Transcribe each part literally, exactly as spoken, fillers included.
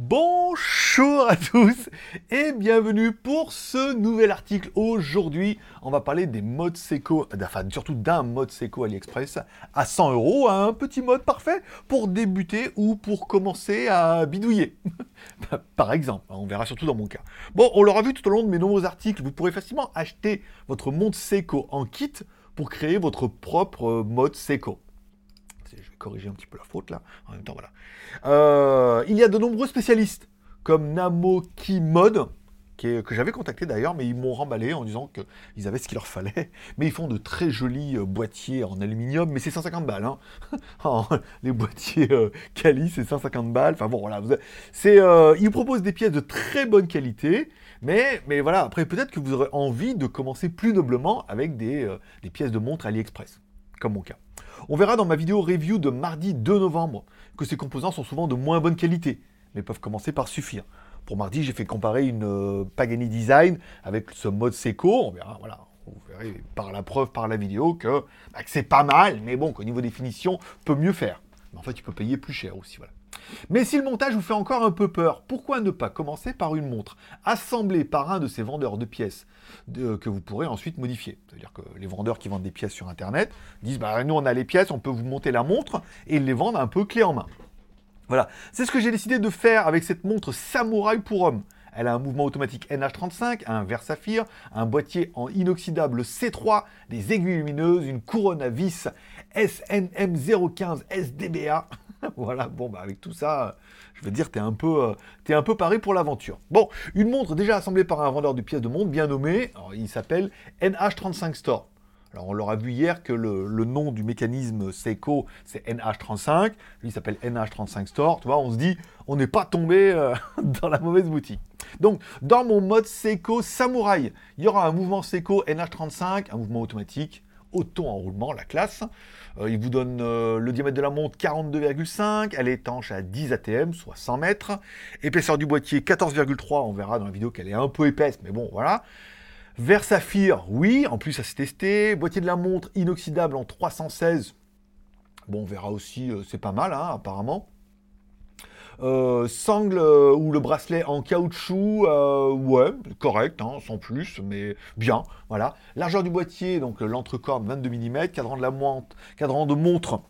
Bonjour à tous et bienvenue pour ce nouvel article. Aujourd'hui, on va parler des modes Seiko, enfin surtout d'un mode Seiko AliExpress à cent euros, un petit mode parfait pour débuter ou pour commencer à bidouiller. Par exemple, on verra surtout dans mon cas. Bon, on l'aura vu tout au long de mes nombreux articles, vous pourrez facilement acheter votre montre Seiko en kit pour créer votre propre mode Seiko. Je vais corriger un petit peu la faute là. En même temps, voilà. Euh, il y a de nombreux spécialistes comme Namoki Mode, qui est, que j'avais contacté d'ailleurs, mais ils m'ont remballé en disant qu'ils avaient ce qu'il leur fallait. Mais ils font de très jolis euh, boîtiers en aluminium, mais c'est cent cinquante balles. Hein. Les boîtiers euh, Kali, c'est cent cinquante balles. Enfin bon, voilà. Vous avez, c'est, euh, ils proposent des pièces de très bonne qualité, mais, mais voilà. Après, peut-être que vous aurez envie de commencer plus noblement avec des, euh, des pièces de montre AliExpress, comme mon cas. On verra dans ma vidéo review de mardi deux novembre que ces composants sont souvent de moins bonne qualité, mais peuvent commencer par suffire. Pour mardi, j'ai fait comparer une euh, Pagani Design avec ce mode Seiko. On verra, voilà, vous verrez par la preuve, par la vidéo, que, bah, que c'est pas mal, mais bon, qu'au niveau définition, peut mieux faire. Mais en fait, tu peux payer plus cher aussi, voilà. Mais si le montage vous fait encore un peu peur, pourquoi ne pas commencer par une montre assemblée par un de ces vendeurs de pièces de, que vous pourrez ensuite modifier. C'est-à-dire que les vendeurs qui vendent des pièces sur Internet disent bah, « nous on a les pièces, on peut vous monter la montre » et ils les vendent un peu clé en main. Voilà, c'est ce que j'ai décidé de faire avec cette montre Samouraï pour homme. Elle a un mouvement automatique N H trente-cinq, un verre saphir, un boîtier en inoxydable C trois, des aiguilles lumineuses, une couronne à vis S N M zéro quinze S D B A. Voilà, bon, bah avec tout ça, je veux dire, t'es un peu, euh, t'es un peu paré pour l'aventure. Bon, une montre déjà assemblée par un vendeur de pièces de montre bien nommé, alors, il s'appelle N H trente-cinq Store. Alors on l'aura vu hier que le, le nom du mécanisme Seiko, c'est N H trente-cinq, lui il s'appelle N H trente-cinq Store, tu vois, on se dit, on n'est pas tombé euh, dans la mauvaise boutique. Donc, dans mon mode Seiko Samouraï, il y aura un mouvement Seiko N H trente-cinq, un mouvement automatique, auto-enroulement, la classe. Euh, il vous donne euh, le diamètre de la montre quarante-deux virgule cinq, elle est étanche à dix A T M, soit cent mètres. Épaisseur du boîtier quatorze virgule trois, on verra dans la vidéo qu'elle est un peu épaisse, mais bon, voilà. Verre saphir, oui, en plus ça s'est testé. Boîtier de la montre inoxydable en trois cent seize, bon, on verra aussi, euh, c'est pas mal, hein, apparemment. Euh, sangle euh, ou le bracelet en caoutchouc, euh, ouais, correct, hein, sans plus, mais bien, voilà. Largeur du boîtier, donc l'entrecorde vingt-deux millimètres, cadran de la montre, cadran de montre,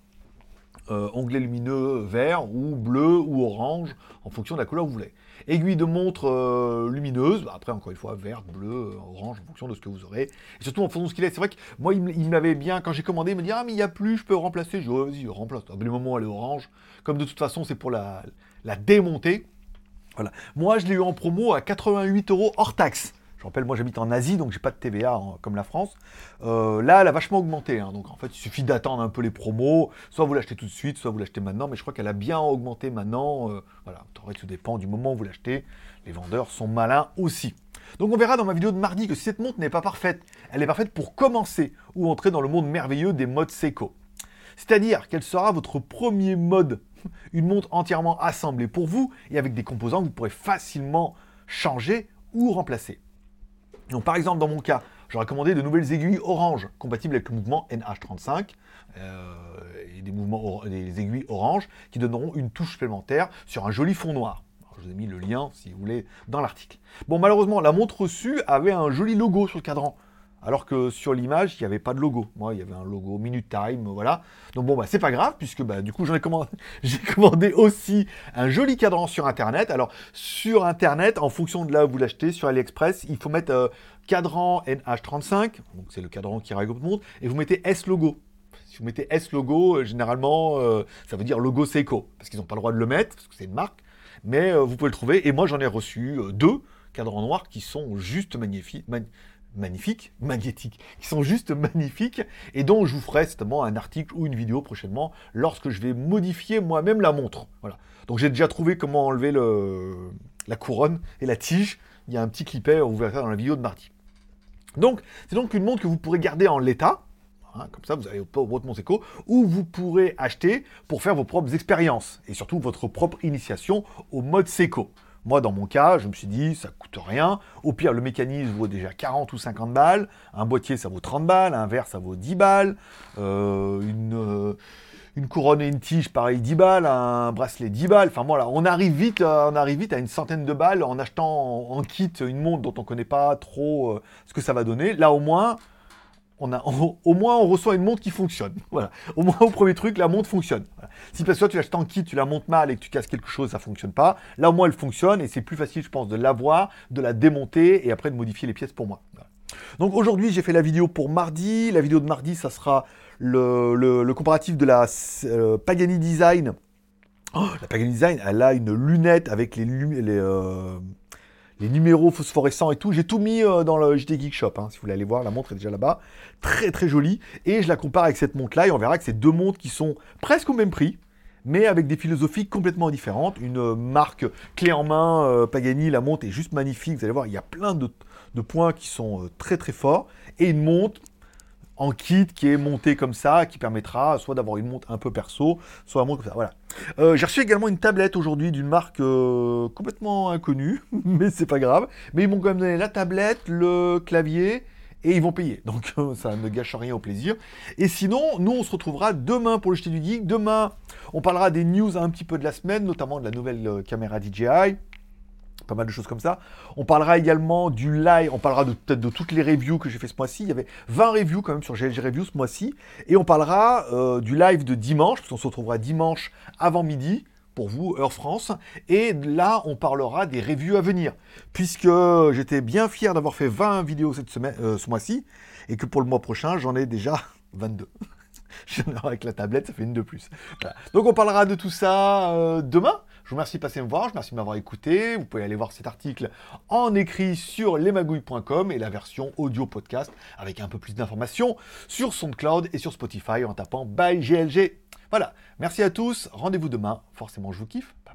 euh, onglet lumineux vert ou bleu ou orange, en fonction de la couleur que vous voulez. Aiguille de montre euh, lumineuse, bah après encore une fois, verte, bleu, orange, en fonction de ce que vous aurez. Et surtout en fonction de ce qu'il est. C'est vrai que moi, il, il m'avait bien, quand j'ai commandé, il me dit « Ah, mais il n'y a plus, je peux remplacer. » Je dis oh, « Vas-y, remplace. » À le moment où elle est orange, comme de toute façon, c'est pour la, la démonter. Voilà. Moi, je l'ai eu en promo à quatre-vingt-huit euros hors taxe. Je rappelle, moi j'habite en Asie, donc j'ai pas de T V A hein, comme la France. Euh, là, elle a vachement augmenté. Hein, donc en fait, il suffit d'attendre un peu les promos. Soit vous l'achetez tout de suite, soit vous l'achetez maintenant. Mais je crois qu'elle a bien augmenté maintenant. Euh, voilà, tout dépend du moment où vous l'achetez. Les vendeurs sont malins aussi. Donc on verra dans ma vidéo de mardi que si cette montre n'est pas parfaite, elle est parfaite pour commencer ou entrer dans le monde merveilleux des modes Seiko. C'est-à-dire qu'elle sera votre premier mode, une montre entièrement assemblée pour vous et avec des composants que vous pourrez facilement changer ou remplacer. Donc par exemple dans mon cas, j'aurais commandé de nouvelles aiguilles orange compatibles avec le mouvement N H trente-cinq euh, et des, mouvements des aiguilles orange qui donneront une touche supplémentaire sur un joli fond noir. Alors, je vous ai mis le lien si vous voulez dans l'article. Bon malheureusement la montre reçue avait un joli logo sur le cadran. Alors que sur l'image, il n'y avait pas de logo. Moi, il y avait un logo Minute Time, voilà. Donc bon, bah, c'est pas grave, puisque bah, du coup, j'en ai commandé, j'ai commandé aussi un joli cadran sur Internet. Alors, sur Internet, en fonction de là où vous l'achetez, sur AliExpress, il faut mettre euh, cadran N H trente-cinq, donc c'est le cadran qui règle votre montre, et vous mettez S logo. Si vous mettez S logo, euh, généralement, euh, ça veut dire logo Seiko, parce qu'ils n'ont pas le droit de le mettre, parce que c'est une marque, mais euh, vous pouvez le trouver. Et moi, j'en ai reçu euh, deux cadrans noirs qui sont juste magnifiques. Mag magnifiques, magnétiques, qui sont juste magnifiques, et dont je vous ferai certainement un article ou une vidéo prochainement, lorsque je vais modifier moi-même la montre. Voilà. Donc j'ai déjà trouvé comment enlever le, la couronne et la tige, il y a un petit clipet, vous verrez ça dans la vidéo de mardi. Donc, c'est donc une montre que vous pourrez garder en l'état, hein, comme ça vous avez pas votre montre Seiko, ou vous pourrez acheter pour faire vos propres expériences, et surtout votre propre initiation au mode Seiko. Moi, dans mon cas, je me suis dit, ça coûte rien. Au pire, le mécanisme vaut déjà quarante ou cinquante balles. Un boîtier, ça vaut trente balles. Un verre, ça vaut dix balles. Euh, une, euh, une couronne et une tige, pareil, dix balles, un bracelet dix balles. Enfin voilà, on arrive vite, euh, on arrive vite à une centaine de balles en achetant en, en kit une montre dont on connaît pas trop euh, ce que ça va donner. Là au moins, on a, on, au moins on reçoit une montre qui fonctionne. Voilà. Au moins au premier truc, la montre fonctionne. Voilà. Si parce que toi tu l'achètes en kit, tu la montes mal et que tu casses quelque chose, ça fonctionne pas. Là au moins elle fonctionne et c'est plus facile, je pense, de l'avoir, de la démonter et après de modifier les pièces pour moi. Voilà. Donc aujourd'hui, j'ai fait la vidéo pour mardi. La vidéo de mardi, ça sera le, le, le comparatif de la euh, Pagani Design. Oh, la Pagani Design, elle a une lunette avec les, les, euh, les numéros phosphorescents et tout. J'ai tout mis euh, dans le J T Geek Shop. Hein, si vous voulez aller voir, la montre est déjà là-bas. Très très jolie. Et je la compare avec cette montre-là et on verra que c'est deux montres qui sont presque au même prix, mais avec des philosophies complètement différentes. Une marque clé en main, euh, Pagani, la montre est juste magnifique. Vous allez voir, il y a plein de, de points qui sont euh, très très forts. Et une montre en kit qui est montée comme ça, qui permettra soit d'avoir une montre un peu perso, soit un montre comme ça. Voilà. Euh, j'ai reçu également une tablette aujourd'hui d'une marque euh, complètement inconnue, mais c'est pas grave. Mais ils m'ont quand même donné la tablette, le clavier, et ils vont payer. Donc ça ne gâche rien au plaisir. Et sinon, nous on se retrouvera demain pour le J T du Geek. Demain, on parlera des news un petit peu de la semaine, notamment de la nouvelle euh, caméra D J I. Pas mal de choses comme ça. On parlera également du live, on parlera de, peut-être de toutes les reviews que j'ai fait ce mois-ci. Il y avait vingt reviews quand même sur G L G Review ce mois-ci. Et on parlera euh, du live de dimanche, parce qu'on se retrouvera dimanche avant midi, pour vous, heure France. Et là, on parlera des reviews à venir. Puisque j'étais bien fier d'avoir fait vingt vidéos cette semaine, euh, ce mois-ci, et que pour le mois prochain, j'en ai déjà vingt-deux. Avec la tablette, ça fait une de plus. Voilà. Donc on parlera de tout ça euh, demain. Je vous remercie de passer me voir, je vous remercie de m'avoir écouté. Vous pouvez aller voir cet article en écrit sur lesmagouilles point com et la version audio podcast avec un peu plus d'informations sur SoundCloud et sur Spotify en tapant By G L G. Voilà, merci à tous, rendez-vous demain. Forcément, je vous kiffe.